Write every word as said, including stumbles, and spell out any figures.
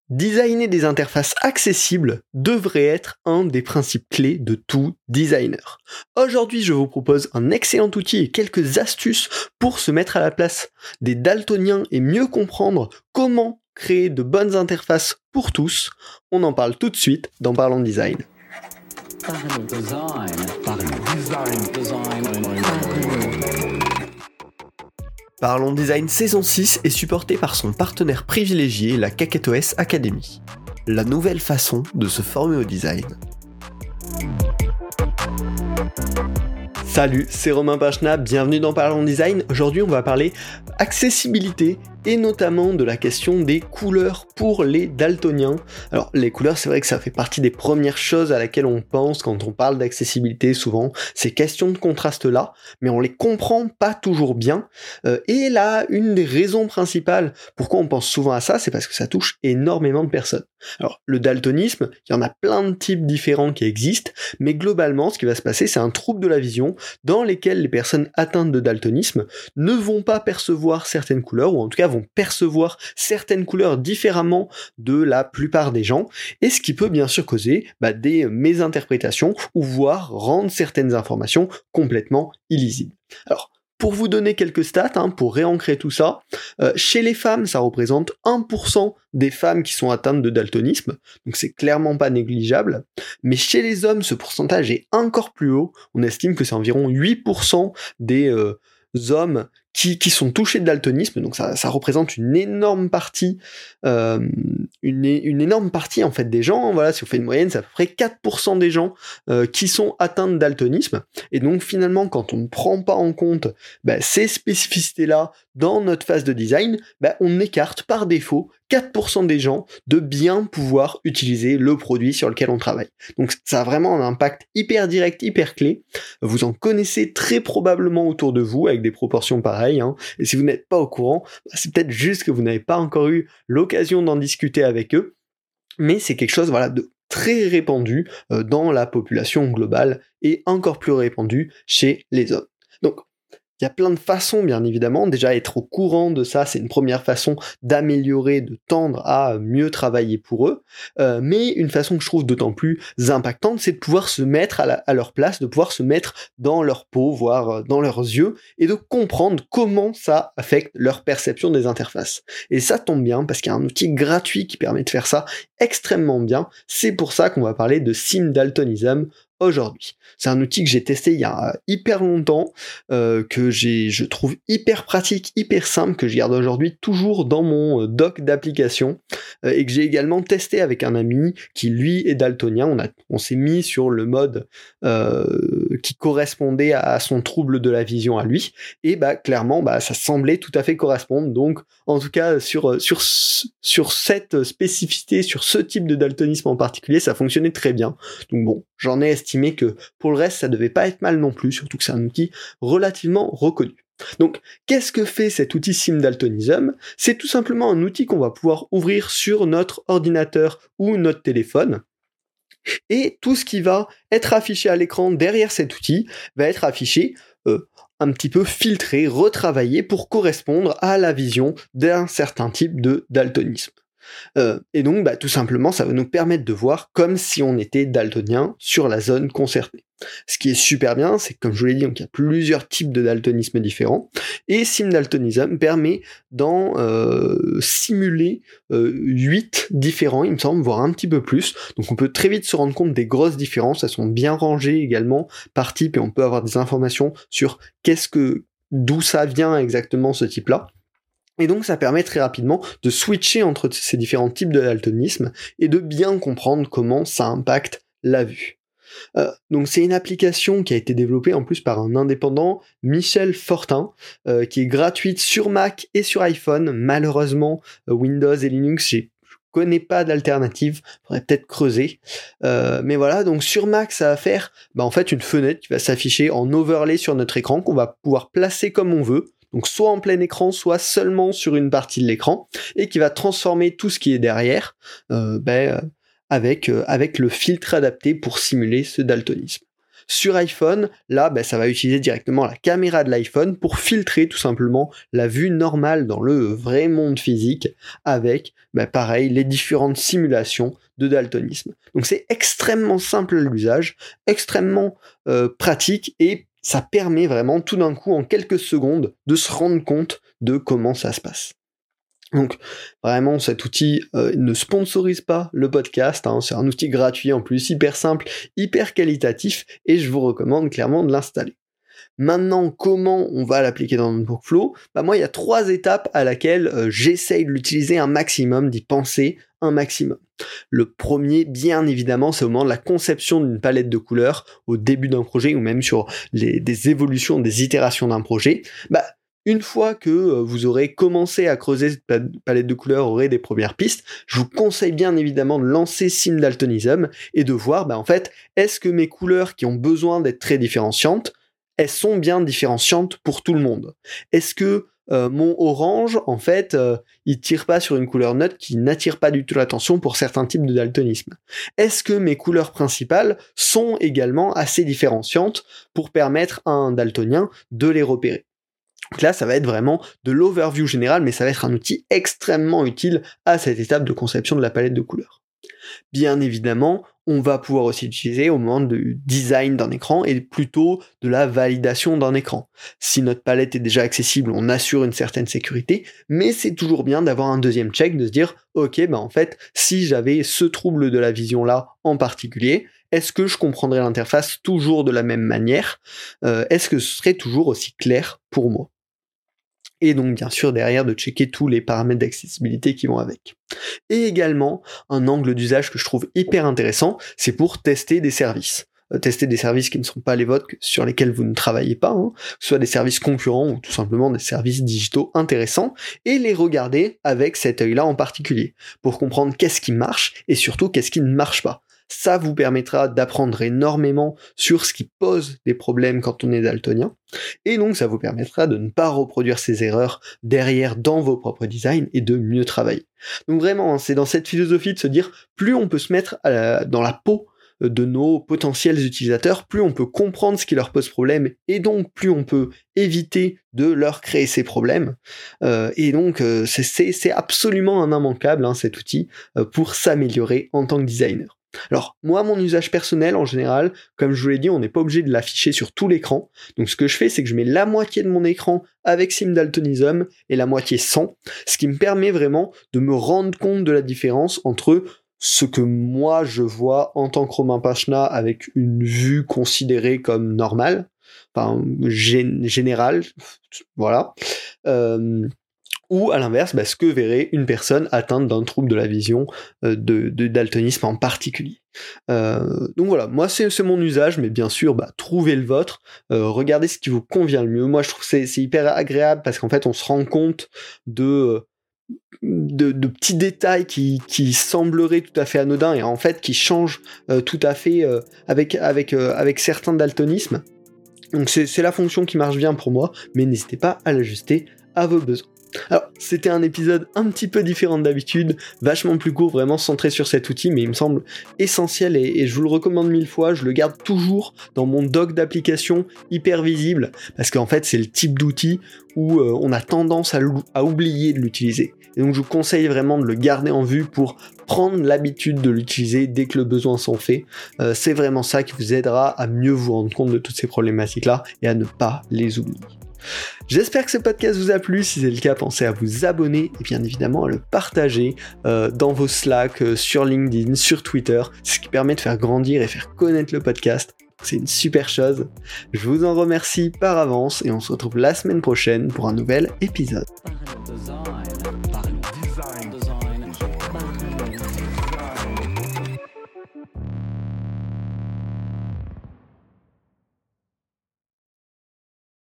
Designer des interfaces accessibles devrait être un des principes clés de tout designer. Aujourd'hui, je vous propose un excellent outil et quelques astuces pour se mettre à la place des daltoniens et mieux comprendre comment créer de bonnes interfaces pour tous. On en parle tout de suite dans Parlons Design. Parlons design. Parlons design. Design. Parlons Design saison six est supporté par son partenaire privilégié, la KakeTOS Academy. La nouvelle façon de se former au design. Salut, c'est Romain Pachna, bienvenue dans Parlons Design. Aujourd'hui, on va parler accessibilité et notamment de la question des couleurs pour les daltoniens. Alors, les couleurs, c'est vrai que ça fait partie des premières choses à laquelle on pense quand on parle d'accessibilité, souvent, ces questions de contraste-là, mais on les comprend pas toujours bien. Euh, et là, une des raisons principales pourquoi on pense souvent à ça, c'est parce que ça touche énormément de personnes. Alors, le daltonisme, il y en a plein de types différents qui existent, mais globalement, ce qui va se passer, c'est un trouble de la vision dans lesquels les personnes atteintes de daltonisme ne vont pas percevoir certaines couleurs, ou en tout cas vont percevoir certaines couleurs différemment de la plupart des gens, et ce qui peut bien sûr causer bah, des mésinterprétations, ou voire rendre certaines informations complètement illisibles. Alors, pour vous donner quelques stats, hein, pour réancrer tout ça, euh, chez les femmes, ça représente un pour cent des femmes qui sont atteintes de daltonisme, donc c'est clairement pas négligeable, mais chez les hommes, ce pourcentage est encore plus haut, on estime que c'est environ huit pour cent des euh, hommes qui, qui sont touchés de daltonisme, donc ça, ça représente une énorme partie, euh, une, une énorme partie en fait des gens, voilà, si on fait une moyenne, c'est à peu près quatre pour cent des gens euh, qui sont atteints de daltonisme, et donc finalement, quand on ne prend pas en compte bah, ces spécificités-là dans notre phase de design, bah, on écarte par défaut quatre pour cent des gens de bien pouvoir utiliser le produit sur lequel on travaille. Donc ça a vraiment un impact hyper direct, hyper clé. Vous en connaissez très probablement autour de vous, avec des proportions pareilles, hein. Et si vous n'êtes pas au courant, bah, c'est peut-être juste que vous n'avez pas encore eu l'occasion d'en discuter avec eux, mais c'est quelque chose voilà, de très répandu euh, dans la population globale, et encore plus répandu chez les hommes. Donc, il y a plein de façons, bien évidemment. Déjà, être au courant de ça, c'est une première façon d'améliorer, de tendre à mieux travailler pour eux. Euh, mais une façon que je trouve d'autant plus impactante, c'est de pouvoir se mettre à, la, à leur place, de pouvoir se mettre dans leur peau, voire dans leurs yeux, et de comprendre comment ça affecte leur perception des interfaces. Et ça tombe bien, parce qu'il y a un outil gratuit qui permet de faire ça extrêmement bien. C'est pour ça qu'on va parler de SimDaltonism aujourd'hui. C'est un outil que j'ai testé il y a hyper longtemps, euh, que j'ai, je trouve hyper pratique, hyper simple, que je garde aujourd'hui toujours dans mon doc d'application, euh, et que j'ai également testé avec un ami qui lui est daltonien. On, a, on s'est mis sur le mode euh, qui correspondait à son trouble de la vision à lui, et bah clairement bah, ça semblait tout à fait correspondre. Donc en tout cas sur, sur, sur cette spécificité, sur ce type de daltonisme en particulier, ça fonctionnait très bien. Donc bon, j'en ai estimé que pour le reste, ça devait pas être mal non plus, surtout que c'est un outil relativement reconnu. Donc, qu'est-ce que fait cet outil SimDaltonism ? C'est tout simplement un outil qu'on va pouvoir ouvrir sur notre ordinateur ou notre téléphone, et tout ce qui va être affiché à l'écran derrière cet outil va être affiché euh, un petit peu filtré, retravaillé pour correspondre à la vision d'un certain type de daltonisme. Euh, et donc bah, tout simplement ça va nous permettre de voir comme si on était daltonien sur la zone concernée. Ce qui est super bien, c'est que comme je vous l'ai dit, donc, il y a plusieurs types de daltonisme différents, et SimDaltonism permet d'en euh, simuler euh, huit différents, il me semble, voire un petit peu plus. Donc on peut très vite se rendre compte des grosses différences, elles sont bien rangées également par type, et on peut avoir des informations sur qu'est-ce que, d'où ça vient exactement ce type-là. Et donc ça permet très rapidement de switcher entre ces différents types de daltonisme et de bien comprendre comment ça impacte la vue. Euh, donc c'est une application qui a été développée en plus par un indépendant, Michel Fortin, euh, qui est gratuite sur Mac et sur iPhone. Malheureusement, euh, Windows et Linux, j'ai Je connais pas d'alternative, faudrait peut-être creuser. Euh, mais voilà, donc sur Mac, ça va faire bah, en fait une fenêtre qui va s'afficher en overlay sur notre écran, qu'on va pouvoir placer comme on veut. Donc soit en plein écran, soit seulement sur une partie de l'écran, et qui va transformer tout ce qui est derrière euh, ben, avec, euh, avec le filtre adapté pour simuler ce daltonisme. Sur iPhone, là, bah, ça va utiliser directement la caméra de l'iPhone pour filtrer tout simplement la vue normale dans le vrai monde physique avec, bah, pareil, les différentes simulations de daltonisme. Donc c'est extrêmement simple à l'usage, extrêmement euh, pratique et ça permet vraiment tout d'un coup en quelques secondes de se rendre compte de comment ça se passe. Donc vraiment cet outil euh, ne sponsorise pas le podcast, hein, c'est un outil gratuit en plus, hyper simple, hyper qualitatif et je vous recommande clairement de l'installer. Maintenant, comment on va l'appliquer dans notre workflow ? Bah moi, il y a trois étapes à laquelle euh, j'essaye de l'utiliser un maximum, d'y penser un maximum. Le premier, bien évidemment, c'est au moment de la conception d'une palette de couleurs, au début d'un projet, ou même sur les, des évolutions, des itérations d'un projet. Bah, une fois que vous aurez commencé à creuser cette palette de couleurs, aurez des premières pistes, je vous conseille bien évidemment de lancer Sim Daltonism et de voir, bah en fait, est-ce que mes couleurs qui ont besoin d'être très différenciantes, elles sont bien différenciantes pour tout le monde ? Est-ce que euh, mon orange, en fait, euh, il tire pas sur une couleur neutre qui n'attire pas du tout l'attention pour certains types de daltonisme ? Est-ce que mes couleurs principales sont également assez différenciantes pour permettre à un daltonien de les repérer ? Donc là, ça va être vraiment de l'overview général, mais ça va être un outil extrêmement utile à cette étape de conception de la palette de couleurs. Bien évidemment, on va pouvoir aussi l'utiliser au moment du design d'un écran et plutôt de la validation d'un écran. Si notre palette est déjà accessible, on assure une certaine sécurité, mais c'est toujours bien d'avoir un deuxième check, de se dire « Ok, bah en fait, si j'avais ce trouble de la vision-là en particulier, est-ce que je comprendrais l'interface toujours de la même manière ? euh, Est-ce que ce serait toujours aussi clair pour moi ?» Et donc bien sûr derrière de checker tous les paramètres d'accessibilité qui vont avec. Et également, un angle d'usage que je trouve hyper intéressant, c'est pour tester des services. Euh, tester des services qui ne sont pas les vôtres, sur lesquels vous ne travaillez pas, hein, soit des services concurrents ou tout simplement des services digitaux intéressants, et les regarder avec cet œil-là en particulier, pour comprendre qu'est-ce qui marche et surtout qu'est-ce qui ne marche pas. Ça vous permettra d'apprendre énormément sur ce qui pose des problèmes quand on est daltonien, et donc ça vous permettra de ne pas reproduire ces erreurs derrière dans vos propres designs et de mieux travailler. Donc vraiment, c'est dans cette philosophie de se dire, plus on peut se mettre à la, dans la peau de nos potentiels utilisateurs, plus on peut comprendre ce qui leur pose problème, et donc plus on peut éviter de leur créer ces problèmes. Euh, et donc euh, c'est, c'est, c'est absolument un immanquable, hein, cet outil, euh, pour s'améliorer en tant que designer. Alors, moi, mon usage personnel, en général, comme je vous l'ai dit, on n'est pas obligé de l'afficher sur tout l'écran. Donc, ce que je fais, c'est que je mets la moitié de mon écran avec Sim Daltonism et la moitié sans, ce qui me permet vraiment de me rendre compte de la différence entre ce que moi, je vois en tant que Romain Pachna avec une vue considérée comme normale, enfin, gén- générale, voilà, euh, ou à l'inverse, bah, ce que verrait une personne atteinte d'un trouble de la vision, euh, de, de daltonisme en particulier. Euh, donc voilà, moi c'est, c'est mon usage, mais bien sûr, bah, trouvez le vôtre, euh, regardez ce qui vous convient le mieux. Moi je trouve que c'est, c'est hyper agréable parce qu'en fait on se rend compte de, de, de petits détails qui, qui sembleraient tout à fait anodins et en fait qui changent euh, tout à fait euh, avec, avec, euh, avec certains daltonismes. Donc c'est, c'est la fonction qui marche bien pour moi, mais n'hésitez pas à l'ajuster à vos besoins. Alors, c'était un épisode un petit peu différent d'habitude, vachement plus court, vraiment centré sur cet outil, mais il me semble essentiel et, et je vous le recommande mille fois, je le garde toujours dans mon doc d'application hyper visible, parce qu'en fait c'est le type d'outil où euh, on a tendance à, à oublier de l'utiliser. Et donc je vous conseille vraiment de le garder en vue pour prendre l'habitude de l'utiliser dès que le besoin s'en fait. Euh, c'est vraiment ça qui vous aidera à mieux vous rendre compte de toutes ces problématiques-là et à ne pas les oublier. J'espère que ce podcast vous a plu, si c'est le cas, pensez à vous abonner et bien évidemment à le partager euh, dans vos Slack, euh, sur LinkedIn, sur Twitter, ce qui permet de faire grandir et faire connaître le podcast. C'est une super chose. Je vous en remercie par avance et on se retrouve la semaine prochaine pour un nouvel épisode. Design. Design. Design.